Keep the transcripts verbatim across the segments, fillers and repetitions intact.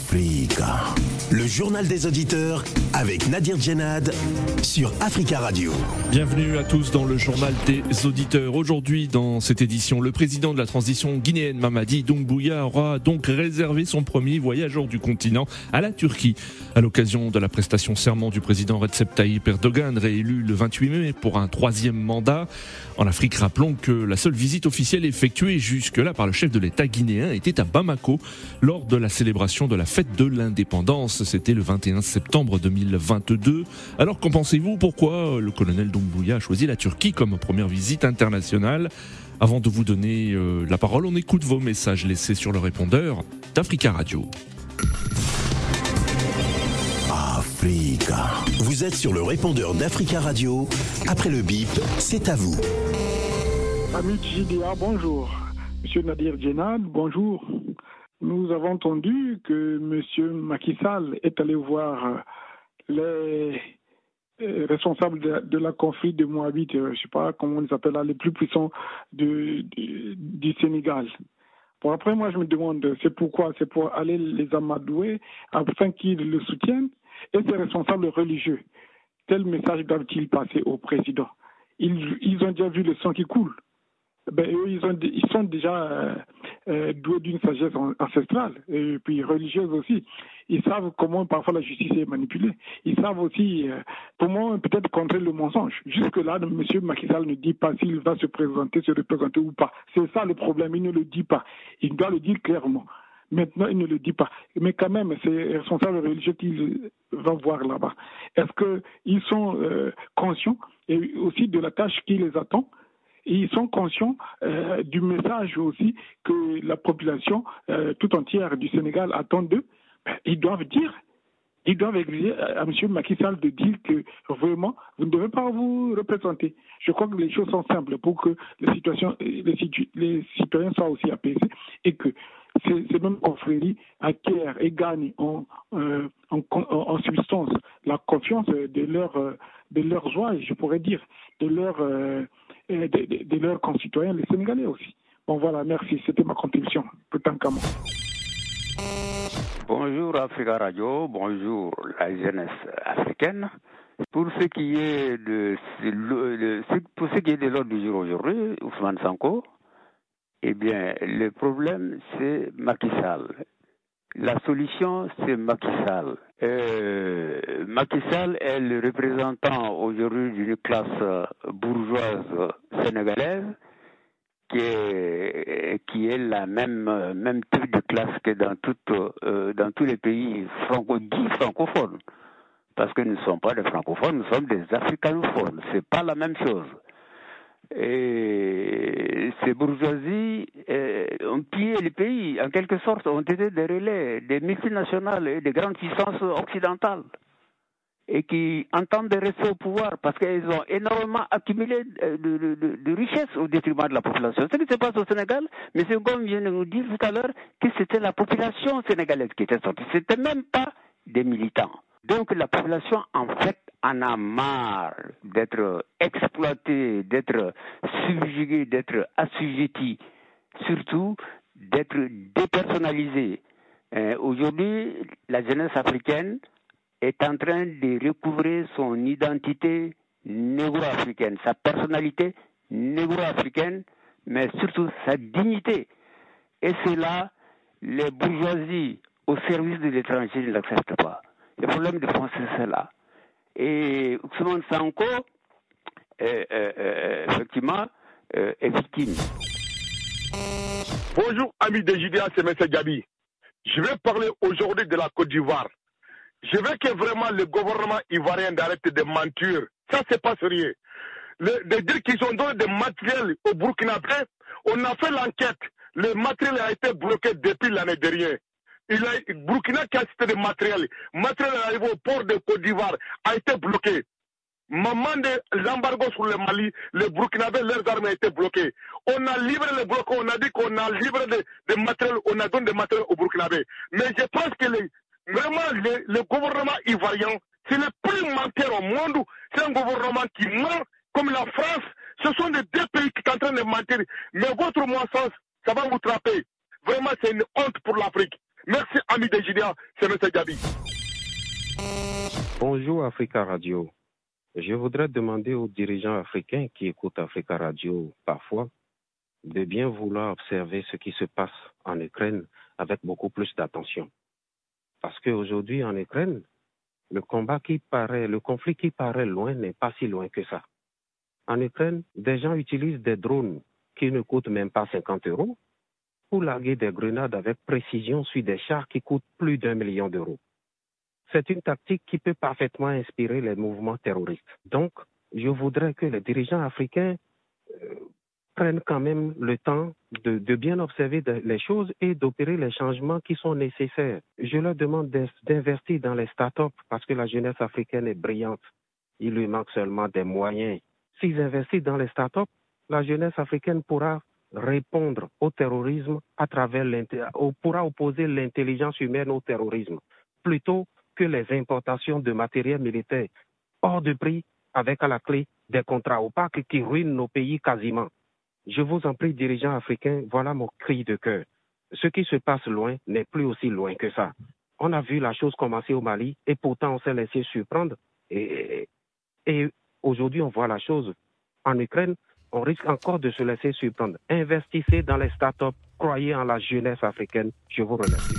Africa. Le journal des auditeurs avec Nadir Djenad sur Africa Radio. Bienvenue à tous dans le journal des auditeurs. Aujourd'hui, dans cette édition, le président de la transition guinéenne, Mamadi Doumbouya, aura donc réservé son premier voyage hors du continent à la Turquie. À l'occasion de la prestation serment du président Recep Tayyip Erdogan, réélu le vingt-huit mai pour un troisième mandat. En Afrique, rappelons que la seule visite officielle effectuée jusque-là par le chef de l'État guinéen était à Bamako lors de la célébration de la fête de l'indépendance. C'était le vingt et un septembre deux mille vingt-deux. Alors qu'en pensez-vous? Pourquoi le colonel Doumbouya a choisi la Turquie comme première visite internationale? Avant de vous donner euh, la parole, on écoute vos messages laissés sur le répondeur d'Africa Radio. Africa. Vous êtes sur le répondeur d'Africa Radio. Après le bip, c'est à vous. Ami J D A, bonjour. Monsieur Nadir Djenad, bonjour. Nous avons entendu que M. Macky Sall est allé voir les responsables de, de la conflit de Moabit, je ne sais pas comment on les appelle là, les plus puissants de, de, du Sénégal. Bon, après, moi, je me demande, c'est pourquoi? C'est pour aller les amadouer afin qu'ils le soutiennent. Et ces responsables religieux, quel message doivent-ils passer au président? Ils, ils ont déjà vu le sang qui coule. Ben, eux, ils, ont, ils sont déjà euh, euh, doués d'une sagesse ancestrale et puis religieuse aussi. Ils savent comment parfois la justice est manipulée. Ils savent aussi euh, comment peut-être contrer le mensonge. Jusque-là, M. Macky Sall ne dit pas s'il va se présenter, se représenter ou pas. C'est ça le problème, il ne le dit pas. Il doit le dire clairement. Maintenant, il ne le dit pas. Mais quand même, c'est responsables religieux qu'il va voir là-bas. Est-ce qu'ils sont euh, conscients et aussi de la tâche qui les attend? Et ils sont conscients euh, du message aussi que la population euh, tout entière du Sénégal attend d'eux. Ben, ils doivent dire, ils doivent exiger à M. Macky Sall de dire que vraiment, vous ne devez pas vous représenter. Je crois que les choses sont simples pour que les, situations, les, situ, les citoyens soient aussi apaisés et que ces, ces mêmes confréries acquièrent et gagnent en, euh, en, en substance la confiance de leurs de leurs joies, je pourrais dire, de leurs euh, de, de, de leurs concitoyens, les Sénégalais aussi. Bon voilà, merci, c'était ma contribution. Peut-être Bonjour Africa Radio, bonjour la jeunesse africaine. Pour ce qui est de, de pour ce qui est de l'ordre du jour aujourd'hui, Ousmane Sonko, eh bien le problème c'est Macky Sall. La solution c'est Macky Sall. Euh, Macky Sall est le représentant aujourd'hui d'une classe bourgeoise sénégalaise qui est, qui est la même, même type de classe que dans, toute, euh, dans tous les pays franco, dits francophones. Parce que nous ne sommes pas des francophones, nous sommes des africanophones. C'est pas la même chose. Et ces bourgeoisies euh, ont pillé les pays, en quelque sorte, ont été des relais des multinationales et des grandes puissances occidentales et qui entendent rester au pouvoir parce qu'elles ont énormément accumulé de, de, de, de richesses au détriment de la population. Ce qui se passe au Sénégal, M. Gom vient de nous dire tout à l'heure que c'était la population sénégalaise qui était sortie. C'était même pas des militants. Donc la population, en fait, en a marre d'être exploitée, d'être subjuguée, d'être assujettie, surtout d'être dépersonnalisée. Euh, aujourd'hui, la jeunesse africaine est en train de recouvrer son identité négro-africaine, sa personnalité négro-africaine, mais surtout sa dignité. Et c'est là, les bourgeoisies au service de l'étranger ne l'acceptent pas. Le problème de fond, c'est cela. Et Ousmane Sonko, euh, euh, effectivement, euh, est victime. Bonjour, amis de J D A, c'est M. Gabi. Je vais parler aujourd'hui de la Côte d'Ivoire. Je veux que vraiment le gouvernement ivoirien arrête de mentir. Ça, c'est pas sérieux. Le, de dire qu'ils ont donné des matériels au Burkinabé, on a fait l'enquête. Le matériel a été bloqué depuis l'année dernière. Il a, Burkina qui a cité des matériels. Le matériel arrivé au port de Côte d'Ivoire a été bloqué. Moment de l'embargo sur le Mali, les Burkinabés, leurs armes ont été bloquées. On a livré les blocs, on a dit qu'on a livré des de matériels, on a donné des matériels aux Burkinabés. Mais je pense que les, vraiment le, le gouvernement ivoirien, c'est le plus menteur au monde. C'est un gouvernement qui ment comme la France. Ce sont les deux pays qui sont en train de mentir. Mais votre mensonge, ça va vous trapper. Vraiment, c'est une honte pour l'Afrique. Merci, ami. ami de J D A, c'est M. Gabi. Bonjour Africa Radio. Je voudrais demander aux dirigeants africains qui écoutent Africa Radio parfois de bien vouloir observer ce qui se passe en Ukraine avec beaucoup plus d'attention. Parce qu'aujourd'hui en Ukraine, le combat qui paraît, le conflit qui paraît loin n'est pas si loin que ça. En Ukraine, des gens utilisent des drones qui ne coûtent même pas cinquante euros pour larguer des grenades avec précision sur des chars qui coûtent plus d'un million d'euros. C'est une tactique qui peut parfaitement inspirer les mouvements terroristes. Donc, je voudrais que les dirigeants africains euh, prennent quand même le temps de, de bien observer de, les choses et d'opérer les changements qui sont nécessaires. Je leur demande d'investir dans les start-up parce que la jeunesse africaine est brillante. Il lui manque seulement des moyens. S'ils investissent dans les start-up, la jeunesse africaine pourra répondre au terrorisme à travers pourra opposer l'intelligence humaine au terrorisme, plutôt que les importations de matériel militaire hors de prix avec à la clé des contrats opaques qui ruinent nos pays quasiment. Je vous en prie, dirigeants africains, voilà mon cri de cœur. Ce qui se passe loin n'est plus aussi loin que ça. On a vu la chose commencer au Mali et pourtant on s'est laissé surprendre. Et, et aujourd'hui, on voit la chose en Ukraine. On risque encore de se laisser surprendre. Investissez dans les start-up, croyez en la jeunesse africaine. Je vous remercie.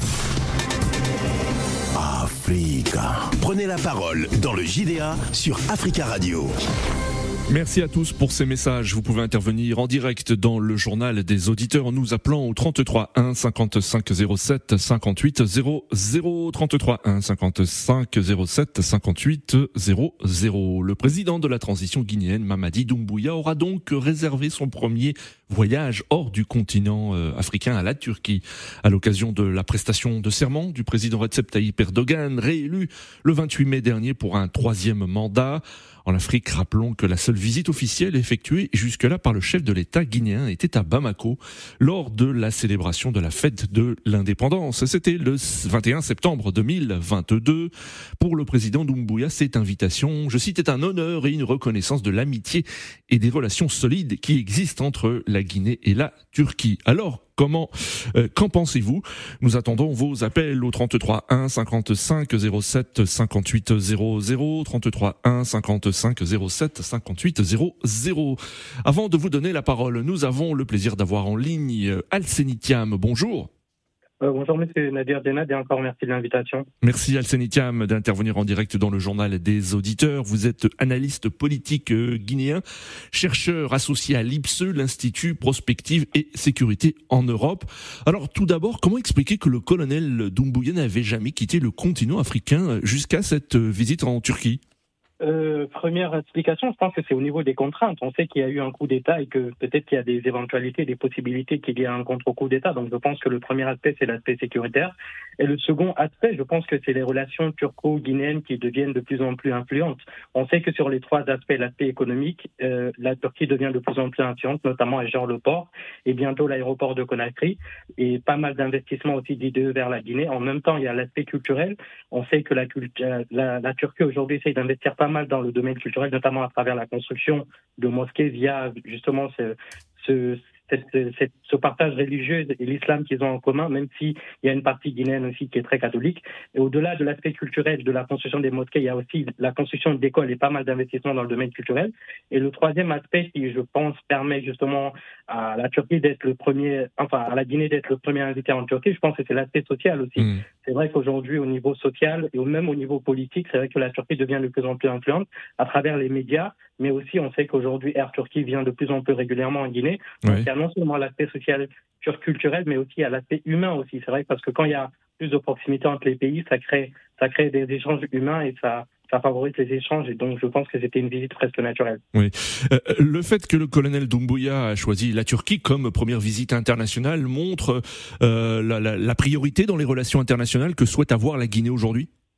Africa. Prenez la parole dans le J D A sur Africa Radio. Merci à tous pour ces messages. Vous pouvez intervenir en direct dans le journal des auditeurs en nous appelant au trente-trois un cinquante-cinq zéro sept cinquante-huit zéro zéro trente-trois un cinquante-cinq zéro sept cinquante-huit zéro zéro. Le président de la transition guinéenne, Mamadi Doumbouya, aura donc réservé son premier voyage hors du continent euh, africain à la Turquie à l'occasion de la prestation de serment du président Recep Tayyip Erdogan, réélu le vingt-huit mai dernier pour un troisième mandat. En Afrique, rappelons que la seule visite officielle effectuée jusque-là par le chef de l'État guinéen était à Bamako lors de la célébration de la fête de l'indépendance. C'était le vingt et un septembre deux mille vingt-deux. Pour le président Doumbouya, cette invitation, je cite, est un honneur et une reconnaissance de l'amitié et des relations solides qui existent entre la Guinée et la Turquie. Alors, Comment, euh, qu'en pensez-vous? Nous attendons vos appels au trente-trois un cinquante-cinq zéro sept cinquante-huit zéro zéro, trente-trois un cinquante-cinq zéro sept cinquante-huit zéro zéro. Avant de vous donner la parole, nous avons le plaisir d'avoir en ligne Alseni Thiam. Bonjour. Euh, bonjour Monsieur Nadir Djenad et encore merci de l'invitation. Merci Alseni Thiam d'intervenir en direct dans le journal des auditeurs. Vous êtes analyste politique guinéen, chercheur associé à l'I P S E, l'Institut Prospective et Sécurité en Europe. Alors tout d'abord, comment expliquer que le colonel Doumbouya n'avait jamais quitté le continent africain jusqu'à cette visite en Turquie ? Euh, première explication, je pense que c'est au niveau des contraintes. On sait qu'il y a eu un coup d'État et que peut-être qu'il y a des éventualités, des possibilités qu'il y ait un contre-coup d'État. Donc je pense que le premier aspect, c'est l'aspect sécuritaire. Et le second aspect, je pense que c'est les relations turco-guinéennes qui deviennent de plus en plus influentes. On sait que sur les trois aspects, l'aspect économique, euh, la Turquie devient de plus en plus influente, notamment elle gère le port et bientôt l'aéroport de Conakry et pas mal d'investissements aussi d'I D E vers la Guinée. En même temps, il y a l'aspect culturel. On sait que la, la, la Turquie aujourd'hui essaye d'investir pas mal dans le domaine culturel, notamment à travers la construction de mosquées via justement ce, ce, cette, cette, ce partage religieux et l'islam qu'ils ont en commun, même s'il y a une partie guinéenne aussi qui est très catholique. Et au-delà de l'aspect culturel de la construction des mosquées, il y a aussi la construction d'écoles et pas mal d'investissements dans le domaine culturel. Et le troisième aspect qui, je pense, permet justement à la Turquie d'être le premier, enfin à la Guinée d'être le premier invité en Turquie, je pense que c'est l'aspect social aussi. Mmh. C'est vrai qu'aujourd'hui, au niveau social et même au niveau politique, c'est vrai que la Turquie devient de plus en plus influente à travers les médias, mais aussi on sait qu'aujourd'hui Air Turquie vient de plus en plus régulièrement en Guinée. Donc, ouais. Il y a non seulement l'aspect social culturel, mais aussi il y a l'aspect humain aussi. C'est vrai parce que quand il y a plus de proximité entre les pays, ça crée, ça crée des échanges humains et ça, ça favorise les échanges. Et donc je pense que c'était une visite presque naturelle. Oui. Euh, le fait que le colonel Doumbouya a choisi la Turquie comme première visite internationale montre euh, la, la, la priorité dans les relations internationales que souhaite avoir la Guinée aujourd'hui.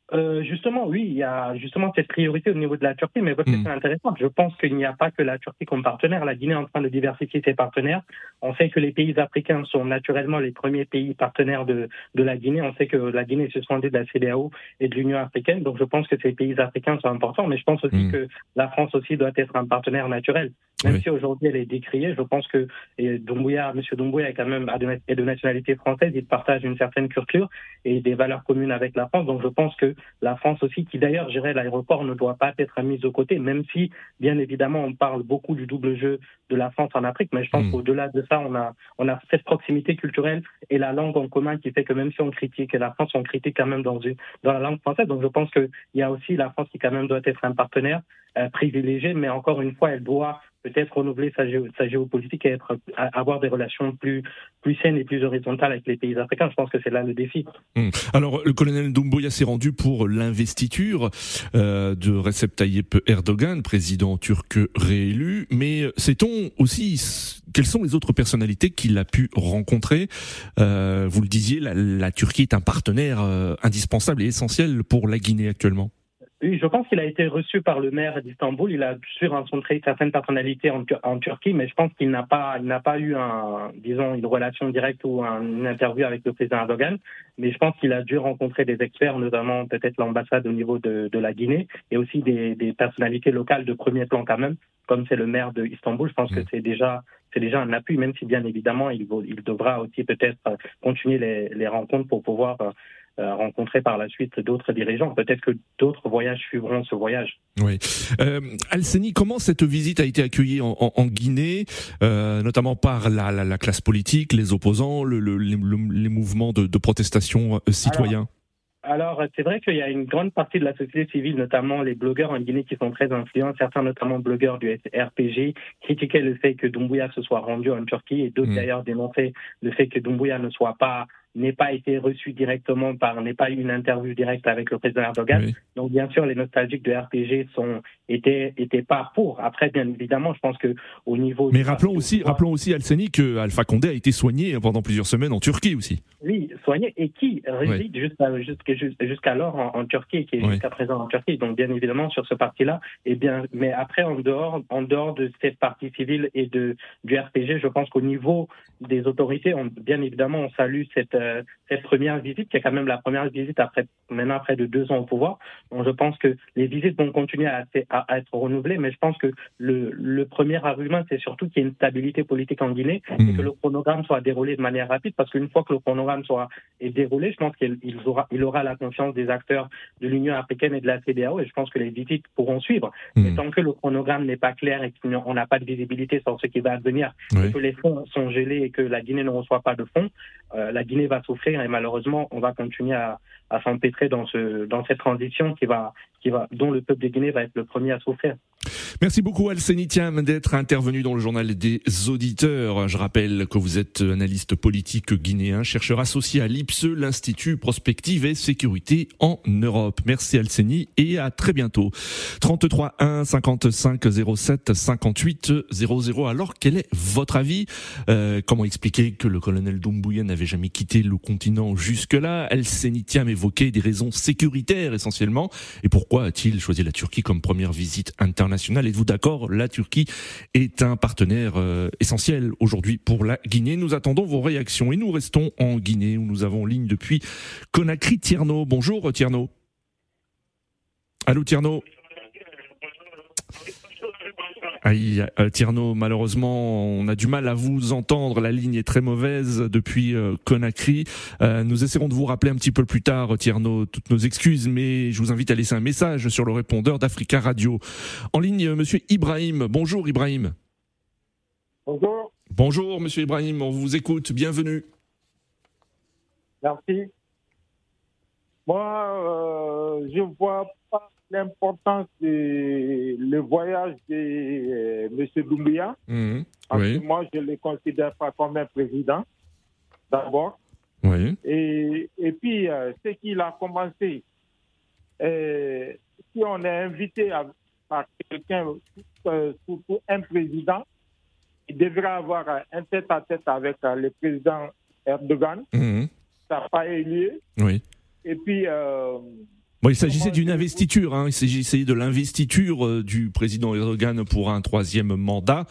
Euh, justement, oui, il y a justement cette priorité au niveau de la Turquie, mais votre question est intéressante. Je pense qu'il n'y a pas que la Turquie comme partenaire. La Guinée est en train de diversifier ses partenaires. On sait que les pays africains sont naturellement les premiers pays partenaires de, de la Guinée. On sait que la Guinée est suspendue de la C E D E A O et de l'Union africaine. Donc, je pense que ces pays africains sont importants, mais je pense aussi mmh. que la France aussi doit être un partenaire naturel. Même oui. si aujourd'hui elle est décriée, je pense que Doumbouya, M. Doumbouya est quand même est de nationalité française. Il partage une certaine culture et des valeurs communes avec la France. Donc, je pense que la France aussi, qui d'ailleurs gérait l'aéroport, ne doit pas être mise de côté, même si, bien évidemment, on parle beaucoup du double jeu de la France en Afrique, mais je pense mmh. qu'au-delà de ça, on a, on a cette proximité culturelle et la langue en commun qui fait que même si on critique la France, on critique quand même dans, une, dans la langue française. Donc je pense qu'il y a aussi la France qui quand même doit être un partenaire euh, privilégié, mais encore une fois, elle doit peut-être renouveler sa, géo, sa géopolitique et être, avoir des relations plus, plus saines et plus horizontales avec les pays africains. Je pense que c'est là le défi. Mmh. Alors, le colonel Doumbouya s'est rendu pour l'investiture euh, de Recep Tayyip Erdogan, président turc réélu. Mais sait-on aussi quelles sont les autres personnalités qu'il a pu rencontrer ? euh, Vous le disiez, la, la Turquie est un partenaire euh, indispensable et essentiel pour la Guinée actuellement. Oui, je pense qu'il a été reçu par le maire d'Istanbul. Il a su rencontrer certaines personnalités en, en Turquie, mais je pense qu'il n'a pas, il n'a pas eu un, disons, une relation directe ou un, une interview avec le président Erdogan. Mais je pense qu'il a dû rencontrer des experts, notamment peut-être l'ambassade au niveau de, de la Guinée, et aussi des, des personnalités locales de premier plan quand même, comme c'est le maire d'Istanbul. Je pense mmh. que c'est déjà, c'est déjà un appui, même si bien évidemment il, il devra aussi peut-être continuer les, les rencontres pour pouvoir Euh, rencontrer par la suite d'autres dirigeants. Peut-être que d'autres voyages suivront ce voyage. Oui. Euh, Al-Seni, comment cette visite a été accueillie en, en, en Guinée, euh, notamment par la, la, la classe politique, les opposants, le, le, les, les mouvements de, de protestation euh, citoyens? Alors, Alors, c'est vrai qu'il y a une grande partie de la société civile, notamment les blogueurs en Guinée qui sont très influents. Certains, notamment blogueurs du R P G, critiquaient le fait que Doumbouya se soit rendu en Turquie et d'autres mmh. d'ailleurs dénonçaient le fait que Doumbouya ne soit pas n'ait pas été reçu directement par, n'ait pas eu une interview directe avec le président Erdogan. Oui. Donc, bien sûr, les nostalgiques de R P G sont, étaient, étaient pas pour. Après, bien évidemment, je pense que au niveau. Mais rappelons aussi, pouvoir, rappelons aussi, Al-Seni, que Alpha Condé a été soigné pendant plusieurs semaines en Turquie aussi. Oui, soigné, et qui réside oui. jusqu'à, jusqu'à, jusqu'alors en, en Turquie, et qui est oui. jusqu'à présent en Turquie. Donc, bien évidemment, sur ce parti-là, et bien, mais après, en dehors, en dehors de cette partie civile et de, du R P G, je pense qu'au niveau des autorités, on, bien évidemment, on salue cette, euh, cette première visite, qui est quand même la première visite après, maintenant près de deux ans au pouvoir. Donc, je pense que les visites vont continuer à, à, à être renouvelées, mais je pense que le, le premier argument, c'est surtout qu'il y ait une stabilité politique en Guinée mmh. et que le chronogramme soit déroulé de manière rapide, parce qu'une fois que le chronogramme soit est déroulé, je pense qu'il il aura, il aura la confiance des acteurs de l'Union africaine et de la C E D E A O, et je pense que les visites pourront suivre. Mmh. Mais tant que le chronogramme n'est pas clair et qu'on n'a pas de visibilité sur ce qui va advenir, oui. et que les fonds sont gelés et que la Guinée ne reçoit pas de fonds, euh, la Guinée va souffrir et malheureusement, on va continuer à, à s'empêtrer dans, ce, dans cette transition qui va, qui va, dont le peuple de Guinée va être le premier à souffrir. Merci beaucoup Al-Seni Thiam d'être intervenu dans le journal des auditeurs. Je rappelle que vous êtes analyste politique guinéen, chercheur associé à l'I P S E, l'Institut Prospective et Sécurité en Europe. Merci Al-Seni et à très bientôt. trente-trois un cinquante-cinq zéro sept cinquante-huit zéro zéro. Alors quel est votre avis ? euh, Comment expliquer que le colonel Doumbouya n'avait jamais quitté le continent jusque-là ? Al-Seni Thiam évoquait des raisons sécuritaires essentiellement. Et pourquoi a-t-il choisi la Turquie comme première visite internationale ? Êtes-vous d'accord ? La Turquie est un partenaire euh, essentiel aujourd'hui pour la Guinée. Nous attendons vos réactions et nous restons en Guinée où nous avons en ligne depuis Conakry Tierno. Bonjour Tierno. Allô Tierno. Aïe, euh, Tierno, malheureusement, on a du mal à vous entendre. La ligne est très mauvaise depuis euh, Conakry. Euh, nous essaierons de vous rappeler un petit peu plus tard, Tierno, toutes nos excuses, mais je vous invite à laisser un message sur le répondeur d'Africa Radio. En ligne, euh, Monsieur Ibrahim. Bonjour Ibrahim. Bonjour. Bonjour Monsieur Ibrahim, on vous écoute. Bienvenue. Merci. Moi, euh, je vois pas l'importance de le voyage de euh, M. Doumbouya. Mmh, parce oui. que moi, je ne le considère pas comme un président, d'abord. Oui. Et, et puis, euh, ce qu'il a commencé, euh, si on est invité à, à quelqu'un, euh, surtout un président, il devrait avoir un tête-à-tête avec euh, le président Erdogan. Mmh. Ça n'a pas eu lieu. Oui. Et puis... Euh, Bon, il s'agissait d'une investiture, hein. Il s'agissait de l'investiture euh, du président Erdogan pour un troisième mandat.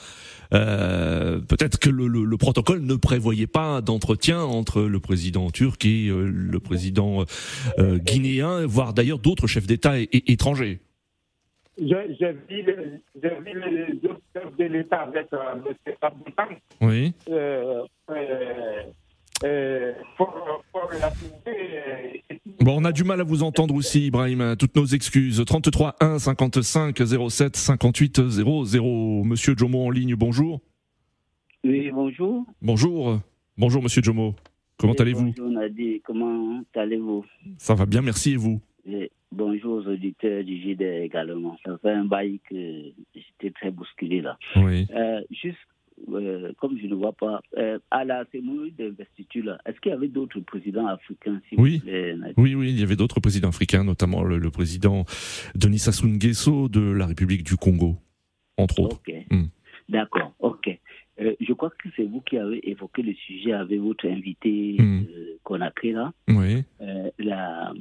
Euh, peut-être que le, le, le protocole ne prévoyait pas d'entretien entre le président turc et euh, le président euh, guinéen, voire d'ailleurs d'autres chefs d'État et, et, étrangers. J'ai, j'ai vu les, j'ai vu les autres chefs de l'État avec euh, M. Aboutan. Oui. Euh, euh, euh, pour, pour la euh, Bon, on a du mal à vous entendre aussi, Ibrahim. Toutes nos excuses. trente-trois un cinquante-cinq zéro sept cinquante-huit zéro zéro. Monsieur Jomo en ligne, bonjour. Oui, bonjour. Bonjour. Bonjour, Monsieur Jomo. Comment Oui, allez-vous? Bonjour Nadi, comment allez-vous? Ça va bien, merci, et vous? Et bonjour aux auditeurs du G D également. Ça fait un bail que j'étais très bousculé là. Oui. Euh, juste, euh, comme je ne vois pas, euh, à la cérémonie d'investiture là, est-ce qu'il y avait d'autres présidents africains? Oui. Plaît, oui, oui, il y avait d'autres présidents africains, notamment le, le président Denis Sassou Nguesso de la République du Congo, entre autres. Ok. Mm. D'accord, ok. Euh, je crois que c'est vous qui avez évoqué le sujet avec votre invité mm. euh, Conakry là. Oui. Euh, la,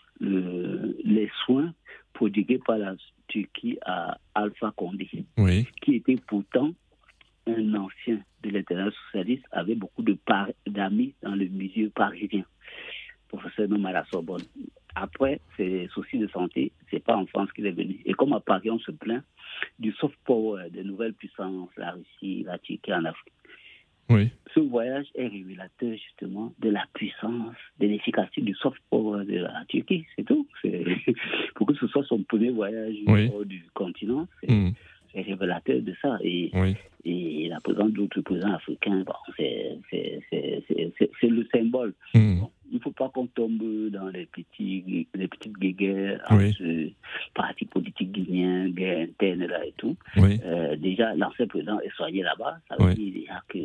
le, les soins prodigués par la Turquie à Alpha Condé, oui. qui était pourtant un ancien de l'International socialiste, avait beaucoup de par, d'amis dans le milieu parisien, professeur nommé à la Sorbonne. Après, ses soucis de santé, c'est pas en France qu'il est venu. Et comme à Paris, on se plaint du soft power des nouvelles puissances, la Russie, la Turquie en Afrique. Oui. Ce voyage est révélateur justement de la puissance, de l'efficacité du soft power de la Turquie, c'est tout. C'est, pour que ce soit son premier voyage oui. hors du continent, c'est, mmh. c'est révélateur de ça. Et, oui. et la présence d'autres présidents africains, bon, c'est, c'est, c'est, c'est, c'est, c'est le symbole. Mmh. Bon, il ne faut pas qu'on tombe dans les, petits, les petites guerres oui. entre partis politiques guinéens, guerres internes là et tout. Oui. Euh, déjà, l'ancien président est soigné là-bas. Ça veut oui. dire déjà que...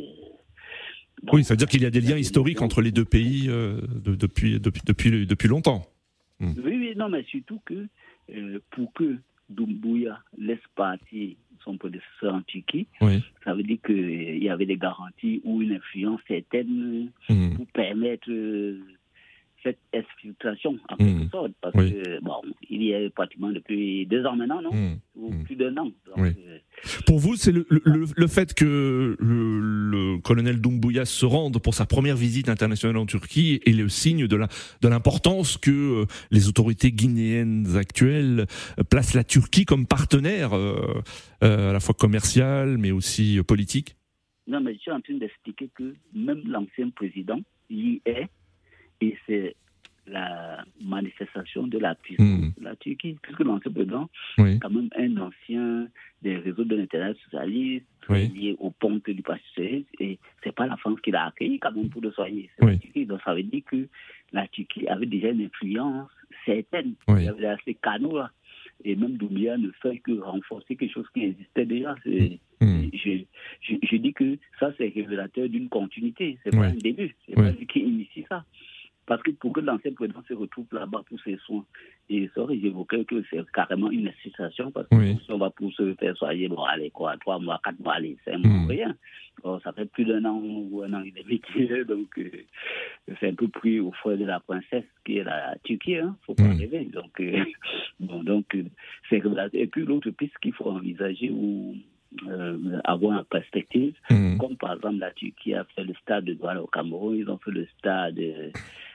Bon, oui, ça veut dire qu'il y a des liens historiques entre les deux pays euh, de, depuis, depuis, depuis, depuis longtemps. Mmh. Oui, oui, non, mais surtout que euh, pour que Doumbouya laisse partir son prédécesseur en Turquie, oui. ça veut dire qu'il euh, y avait des garanties ou une influence certaine mmh. pour permettre euh, cette exfiltration, en quelque mmh. sorte. Parce oui. que, bon, il y a pratiquement depuis deux ans maintenant, non mmh. Ou mmh. plus d'un an. Donc, oui. euh, Pour vous, c'est le, le, le fait que le, le colonel Doumbouya se rende pour sa première visite internationale en Turquie est le signe de, la, de l'importance que les autorités guinéennes actuelles placent la Turquie comme partenaire, euh, euh, à la fois commercial, mais aussi politique? Non, mais je suis en train d'expliquer que même l'ancien président y est, et c'est la manifestation de la puissance mmh. de la Turquie, puisque l'ancien président oui. est quand même un ancien des réseaux de l'International socialiste, oui. lié au pont du Parti socialiste, et c'est pas la France qui l'a accueilli quand même pour le soigner, c'est oui. la Turquie. Donc ça veut dire que la Turquie avait déjà une influence certaine, oui. il y avait ces canaux-là, et même Doumbouya ne fait que renforcer quelque chose qui existait déjà. C'est, mmh. je, je, je dis que ça c'est révélateur d'une continuité, c'est oui. pas un début, c'est oui. pas lui qui initie ça. Parce que pour que l'ancien président se retrouve là-bas pour ses soins, et ça, j'évoquais que c'est carrément une association, parce que oui. si on va pour se faire soigner, bon, allez, quoi, trois mois, quatre mois, allez, cinq mois, mmh. rien. Alors, ça fait plus d'un an ou un an et demi qu'il est, donc euh, c'est un peu pris au fouet de la princesse qui est la Turquie, hein, faut pas mmh. rêver. Donc, euh, bon, donc euh, c'est et puis l'autre piste qu'il faut envisager ou euh, avoir en perspective, mmh. comme par exemple la Turquie a fait le stade de Douala au Cameroun, ils ont fait le stade euh,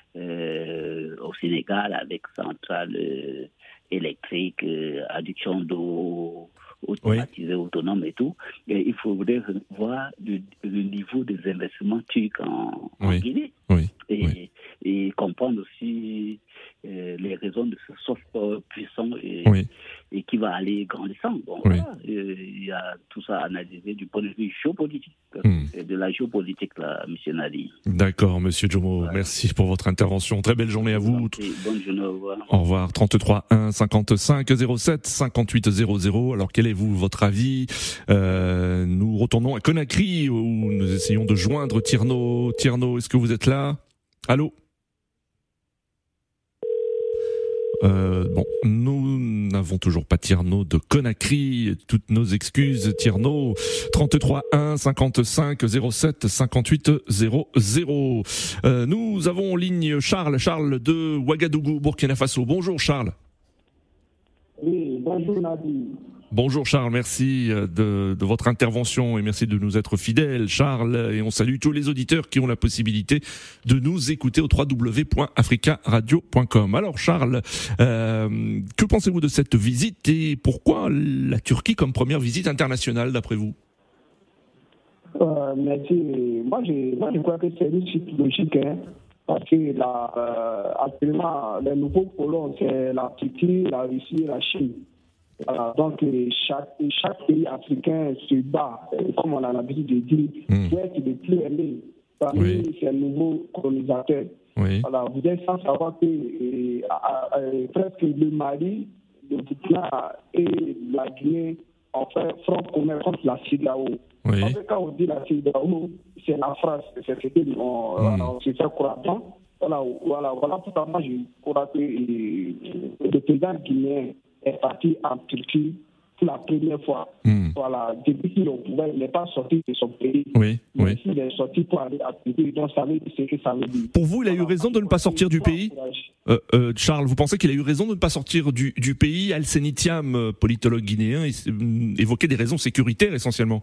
Euh, au Sénégal avec centrale euh, électrique, euh, adduction d'eau automatisée, oui. autonome et tout. Et il faudrait voir le, le niveau des investissements turcs en, oui. en Guinée oui. Et, oui. et comprendre aussi euh, les raisons de ce soft power puissant et, oui. et qui va aller grandissant. Bon, oui. voilà, il y a tout ça à analyser du point de vue géopolitique. Mm. C'est de la géopolitique, là, M. Nadi. D'accord, M. Jomo. Voilà. Merci pour votre intervention. Très belle journée à vous. Et bonne journée, au revoir. Au revoir. trente-trois un cinquante-cinq zéro sept cinquante-huit zéro zéro. Alors, quel est vous votre avis? euh, Nous retournons à Conakry où nous essayons de joindre Tierno. Tierno, est-ce que vous êtes là? Allô? Euh, bon, nous n'avons toujours pas Tierno de Conakry. Toutes nos excuses, Tierno. trente-trois un cinquante-cinq zéro sept cinquante-huit zéro zéro. Euh, nous avons en ligne Charles, Charles de Ouagadougou, Burkina Faso. Bonjour Charles. Oui, bonjour Nadir. Bonjour Charles, merci de, de votre intervention et merci de nous être fidèles Charles, et on salue tous les auditeurs qui ont la possibilité de nous écouter au w w w point africa radio point com. Alors Charles, euh, que pensez-vous de cette visite et pourquoi la Turquie comme première visite internationale d'après vous? euh, Merci. Moi je, moi je crois que c'est une suite logique, hein, parce que là, euh, actuellement les nouveaux colons c'est la Turquie, la Russie et la Chine. Voilà, donc chaque, chaque pays africain se bat, comme on a l'habitude de dire, mmh. pour être le plus aimé parmi oui. ces nouveaux colonisateurs. Oui. Voilà, vous êtes sans savoir que euh, euh, presque le Mali, le Burkina et la Guinée ont fait front commun contre la CEDEAO. Oui. Parce que quand on dit la CEDEAO, c'est la France, c'est ce que on, mmh. on se fait croire. Voilà, voilà, voilà pourquoi moi je crois que euh, le président guinéen est parti en Turquie pour la première fois. Mm. Voilà, depuis qu'il n'est pas sorti de son pays. Oui, oui. Il est sorti pour aller à Turquie, donc ça veut dire ce que ça veut dire. Pour vous, il a eu raison de ne pas sortir du pays euh, euh, Charles, vous pensez qu'il a eu raison de ne pas sortir du, du pays? Al-Seni Thiam, politologue guinéen, évoquait des raisons sécuritaires essentiellement.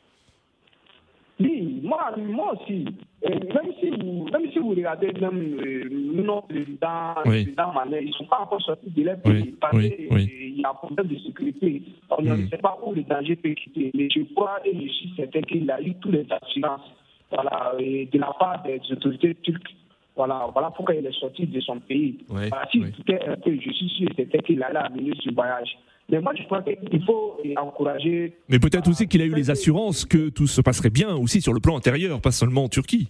Oui, moi, moi aussi. Euh, même, si vous, même si vous regardez même euh, nos présidents, oui. présidents malais, ils ne sont pas encore sortis de leur pays. Oui, parce qu'il oui, oui. y a un problème de sécurité. On mm. ne sait pas où le danger peut quitter. Mais je crois et je suis certain qu'il a eu toutes les assurances voilà, de la part des autorités turques. Voilà, voilà pourquoi il est sorti de son pays. Oui, voilà, si oui. un peu, je suis sûr certain qu'il allait amener ce voyage. Mais moi, je crois qu'il faut encourager... Mais peut-être aussi qu'il a eu les assurances que tout se passerait bien aussi sur le plan intérieur, pas seulement en Turquie.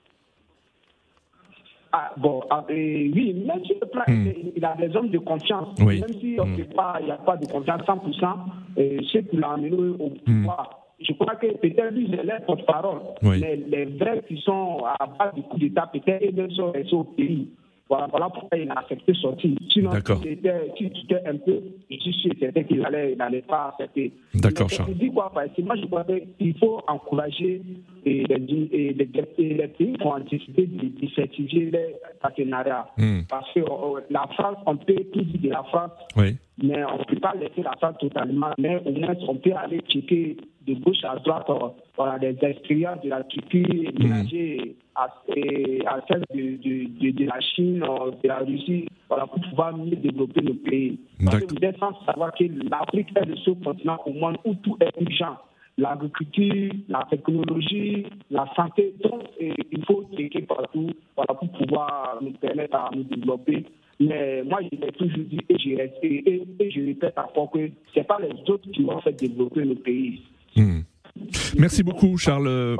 Ah, bon, ah, euh, oui, même sur le plan, mm. il, il a des hommes de confiance. Oui. Même si mm. il n'y a pas de confiance cent pour cent, euh, ceux qui l'ont amené au pouvoir. Mm. Je crois que peut-être lui, c'est leur porte-parole. Oui. Mais les vrais qui sont à base du coup d'État, peut-être ils sont restés au pays. Voilà, voilà pourquoi il a accepté de sortir. Sinon, si c'était un peu, je suis sûr qu'il n'allait il pas accepter. D'accord, Charles. Je dis quoi, parce que moi, je crois qu'il faut encourager les, les, les, les pays pour anticiper de certifier les partenariats. Mm. Parce que euh, la France, on peut tout dire de la France, oui. mais on ne peut pas laisser la France totalement. Mais au moins, on peut aller checker de gauche à droite voilà, des expériences de la Turquie mélangées mm. à, à celles de, de, de, de la Chine, de la Russie, voilà, pour pouvoir mieux développer le pays. Parce que vous êtes sans savoir que l'Afrique est le seul continent au monde où tout est urgent. L'agriculture, la technologie, la santé, donc il faut checker partout voilà, pour pouvoir nous permettre à nous développer. Mais moi, je l'ai toujours dit et je, reste, et, et, et je répète encore que ce n'est pas les autres qui vont faire développer le pays. Mmh. Merci beaucoup Charles.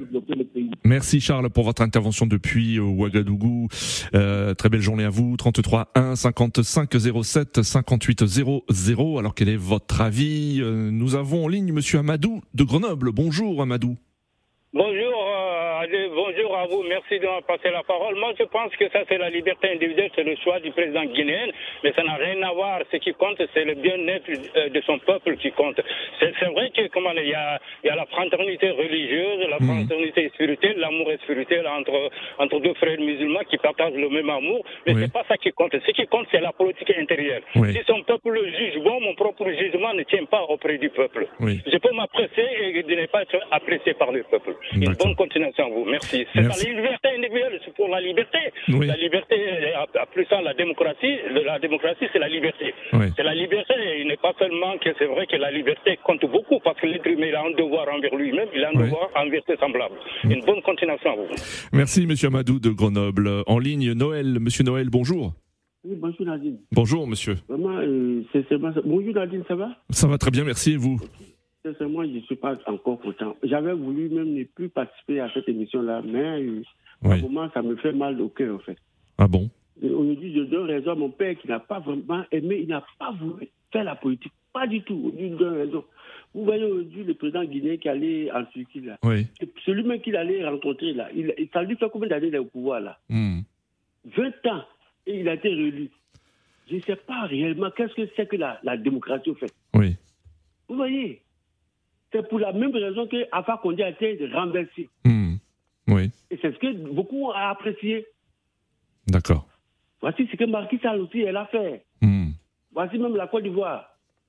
Merci Charles pour votre intervention depuis Ouagadougou. Euh, très belle journée à vous. trente-trois un cinquante-cinq zéro sept cinquante-huit zéro zéro. Alors quel est votre avis? euh, Nous avons en ligne Monsieur Amadou de Grenoble. Bonjour Amadou. Bonjour, euh, bonjour à vous, merci de me passer la parole. Moi je pense que ça c'est la liberté individuelle, c'est le choix du président guinéen, mais ça n'a rien à voir. Ce qui compte c'est le bien-être de son peuple qui compte. C'est, c'est vrai que comment il y a, il y a la fraternité religieuse, la fraternité spirituelle, l'amour est spirituel entre, entre deux frères musulmans qui partagent le même amour, mais oui. c'est pas ça qui compte. Ce qui compte c'est la politique intérieure. Oui. Si son peuple le juge bon, mon propre jugement ne tient pas auprès du peuple. Oui. Je peux m'apprécier et de ne pas être apprécié par le peuple. Une D'accord. bonne continuation à vous. Merci. C'est Merci. La liberté individuelle, c'est pour la liberté. Oui. La liberté, plus ça, la démocratie, la démocratie, c'est la liberté. Oui. C'est la liberté, il n'est pas seulement que c'est vrai que la liberté compte beaucoup, parce que l'être humain, il a un devoir envers lui-même, il a un oui. devoir envers ses semblables. Une bonne continuation à vous. Merci, Monsieur Amadou de Grenoble. En ligne, Noël. Monsieur Noël, bonjour. Oui, bonjour Nadine. Bonjour, monsieur. Vraiment, euh, c'est, c'est, c'est... Bonjour Nadine, ça va? Ça va très bien, merci, et vous? Sincèrement, je ne suis pas encore content. J'avais voulu même ne plus participer à cette émission-là, mais euh, oui. à un moment, ça me fait mal au cœur, en fait. Ah bon? Et aujourd'hui, je donne raison à mon père qui n'a pas vraiment aimé, il n'a pas voulu faire la politique. Pas du tout. Aujourd'hui, je donne raison. Vous voyez aujourd'hui le président guinéen qui allait en Turquie, là. Oui. Celui-même qu'il allait rencontrer, là, il, ça lui fait combien d'années il est au pouvoir, là? mm. vingt ans, et il a été réélu. je ne sais pas réellement qu'est-ce que c'est que la, la démocratie au fait. Oui. Vous voyez, c'est pour la même raison que Alpha Condé a été renversé. Mmh. Oui. Et c'est ce que beaucoup ont apprécié. D'accord. Voici ce que Macky Sall aussi elle a fait. Mmh. Voici même la Côte d'Ivoire.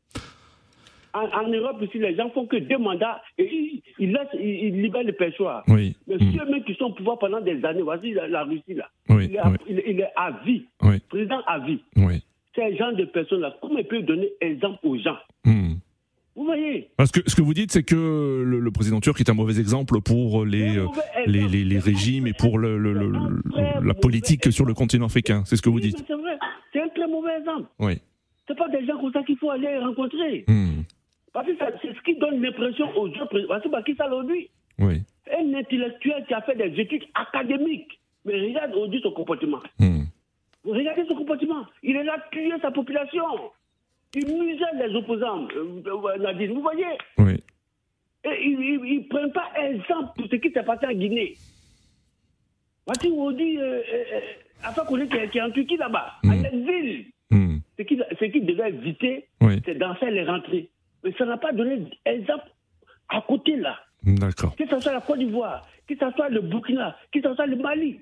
En, en Europe ici, les gens font que deux mandats et ils, ils, laissent, ils, ils libèrent les pêcheurs. Oui. Mais mmh. ceux même qui sont au pouvoir pendant des années, voici la, la Russie là. Oui. Il, est à, oui. il, il est à vie. Oui. Président à vie. Oui. Ces gens de personnes-là, comment ils peuvent donner exemple aux gens? Mmh. Vous voyez? Parce que ce que vous dites, c'est que le, le président turc est un mauvais exemple pour les, euh, les, les, les régimes et pour le, le, le, le, la politique sur le continent africain. C'est ce que vous dites. Oui, c'est vrai. C'est un très mauvais exemple. Oui. C'est pas des gens comme ça qu'il faut aller rencontrer. Mmh. Parce que ça, c'est ce qui donne l'impression aux autres présidents. Parce que Macky Sall aujourd'hui, oui. un intellectuel qui a fait des études académiques. Mais regarde aujourd'hui son comportement. Mmh. Regardez son comportement. Il est là à tuer sa population. Il muselle les opposants, euh, Nadine, vous voyez? Oui. Et ils ne prennent pas exemple pour ce qui s'est passé en Guinée. Voici aujourd'hui, euh, euh, Alpha Condé qui, qui est en Turquie là-bas, mmh. à l'exil. Mmh. Ce qu'il ce qui devait éviter, oui. c'est d'en faire les rentrées. Mais ça n'a pas donné exemple à côté là. D'accord. Que ce soit la Côte d'Ivoire, que ce soit le Burkina, que ce soit le Mali.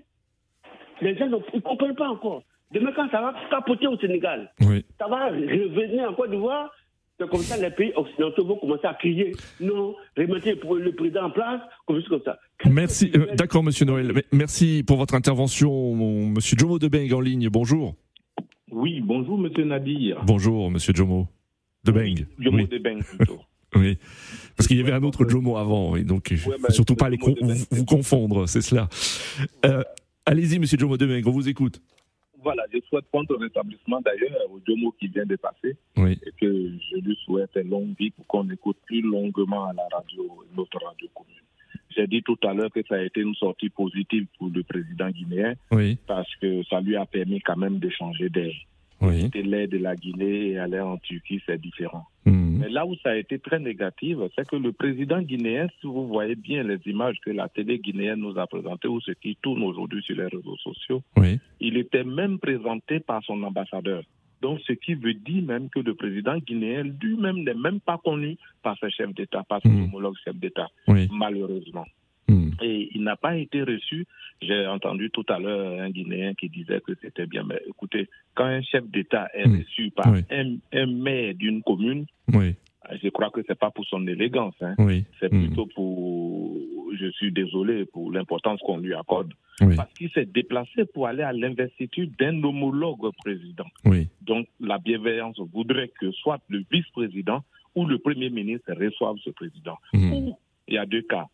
Les gens ne comprennent pas encore. Demain, quand ça va capoter au Sénégal, oui. ça va revenir en Côte d'Ivoire, c'est comme ça les pays occidentaux vont commencer à crier non, remettez le président en place, comme ça. Merci, euh, d'accord, monsieur Noël. Merci pour votre intervention, monsieur Jomo Debeng en ligne. Bonjour. Oui, bonjour, monsieur Nadir. Bonjour, monsieur Jomo Debeng. Oui, Jomo oui. Debeng, plutôt. Oui, parce qu'il y avait un autre Jomo avant, et donc il ne ouais, faut bah, surtout pas les con- vous, vous confondre, c'est cela. Euh, allez-y, monsieur Jomo Debeng, on vous écoute. Voilà, je souhaite prendre rétablissement d'ailleurs au Jomo qui vient de passer. Oui. Et que je lui souhaite une longue vie pour qu'on écoute plus longuement à la radio, notre radio commune. J'ai dit tout à l'heure que ça a été une sortie positive pour le président guinéen. Oui. Parce que ça lui a permis quand même de changer d'air. Oui. L'air de la Guinée et aller en Turquie, c'est différent. Mmh. Mais là où ça a été très négatif, c'est que le président guinéen, si vous voyez bien les images que la télé guinéenne nous a présentées ou ce qui tourne aujourd'hui sur les réseaux sociaux, oui. il était même présenté par son ambassadeur. Donc, ce qui veut dire même que le président guinéen lui-même n'est même pas connu par ses chefs d'État, par ses mmh. homologues chefs d'État, oui. malheureusement. Mmh. Et il n'a pas été reçu. J'ai entendu tout à l'heure un Guinéen qui disait que c'était bien. Mais écoutez, quand un chef d'État est mmh. reçu par oui. un, un maire d'une commune, oui. je crois que c'est pas pour son élégance. Hein. Oui. C'est mmh. plutôt pour, je suis désolé pour l'importance qu'on lui accorde. Oui. Parce qu'il s'est déplacé pour aller à l'investiture d'un homologue président. Oui. Donc la bienveillance voudrait que soit le vice-président ou le premier ministre reçoive ce président. Mmh. Ou il y a deux cas.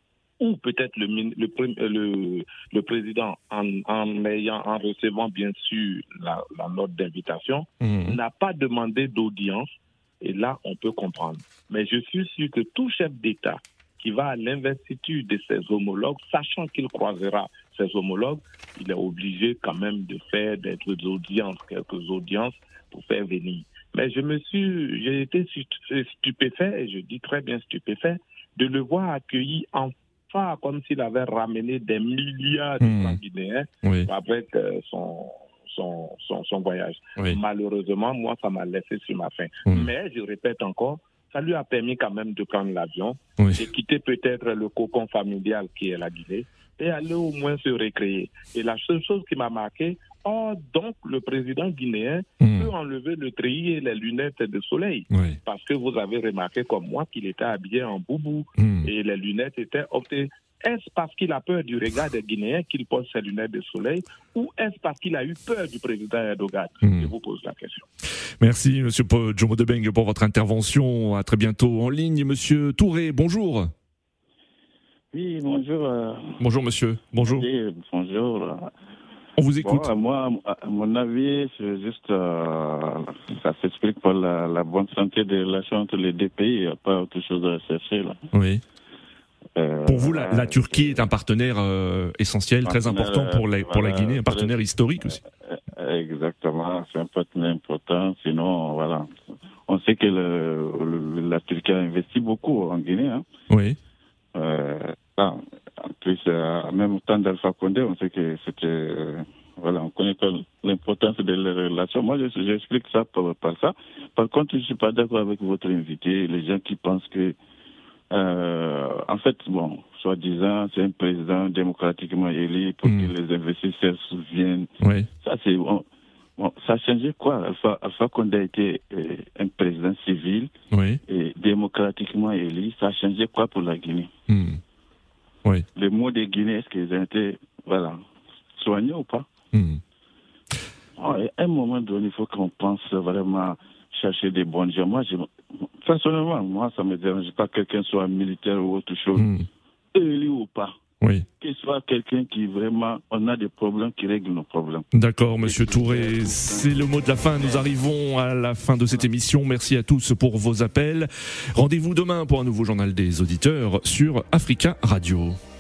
Ou peut-être le, le, le, le président, en, en, ayant, en recevant bien sûr la, la note d'invitation, mmh. n'a pas demandé d'audience, et là on peut comprendre. Mais je suis sûr que tout chef d'État qui va à l'investiture de ses homologues, sachant qu'il croisera ses homologues, il est obligé quand même de faire des audiences, quelques audiences pour faire venir. Mais je me suis, j'ai été stupéfait, et je dis très bien stupéfait, de le voir accueilli en comme s'il avait ramené des milliards de francs mmh. guinéens oui. avec euh, son, son, son, son voyage. Oui. Malheureusement, moi, ça m'a laissé sur ma faim. Mmh. Mais, je répète encore, ça lui a permis quand même de prendre l'avion, oui. de quitter peut-être le cocon familial qui est la Guinée et aller au moins se récréer. Et la seule chose qui m'a marqué, oh, donc le président guinéen mmh. peut enlever le treillis et les lunettes de soleil. Oui. Parce que vous avez remarqué comme moi qu'il était habillé en boubou mmh. et les lunettes étaient optées. Est-ce parce qu'il a peur du regard des Guinéens qu'il pose ses lunettes de soleil ou est-ce parce qu'il a eu peur du président Erdogan? mmh. Je vous pose la question. Merci Monsieur Jomo Debeng pour votre intervention. À très bientôt en ligne. Monsieur Touré, bonjour. Oui, bonjour. Euh... Bonjour monsieur. Bonjour. Oui, bonjour. On vous écoute. Bon, moi, à mon avis, c'est juste, euh, ça s'explique par la, la bonne santé des relations entre les deux pays. Il n'y a pas autre chose à chercher là. Oui. Euh, pour vous, la, la Turquie est un partenaire euh, essentiel, partenaire, très important pour la, pour voilà, la Guinée, un partenaire historique aussi. Exactement, c'est un partenaire important. Sinon, voilà, on sait que le, le, la Turquie a investi beaucoup en Guinée. Hein. Oui. Euh, ah, en plus, euh, en même temps d'Alpha Condé, on sait que c'était, euh, voilà, on connaît pas l'importance de la relations. Moi, je, j'explique ça par, par ça. Par contre, je ne suis pas d'accord avec votre invité, les gens qui pensent que, euh, en fait, bon, soi-disant, c'est un président démocratiquement élu pour mmh. que les investisseurs se souviennent. Oui. Ça, c'est... Bon, bon, ça a changé quoi? Alpha, Alpha Condé a été euh, un président civil oui. et démocratiquement élu. Ça a changé quoi pour la Guinée? mmh. Oui. Les mots des Guinéens, est-ce qu'ils ont été, voilà, soignés ou pas? mmh. À un moment donné, il faut qu'on pense vraiment chercher des bons gens. Moi, je, personnellement, moi, ça ne me dérange pas que quelqu'un soit militaire ou autre chose, mmh. élu ou pas. Oui. Qu'il soit quelqu'un qui vraiment, on a des problèmes, qui règle nos problèmes. D'accord, Monsieur Touré, c'est le mot de la fin. Nous arrivons à la fin de cette émission. Merci à tous pour vos appels. Rendez-vous demain pour un nouveau journal des auditeurs sur Africa Radio.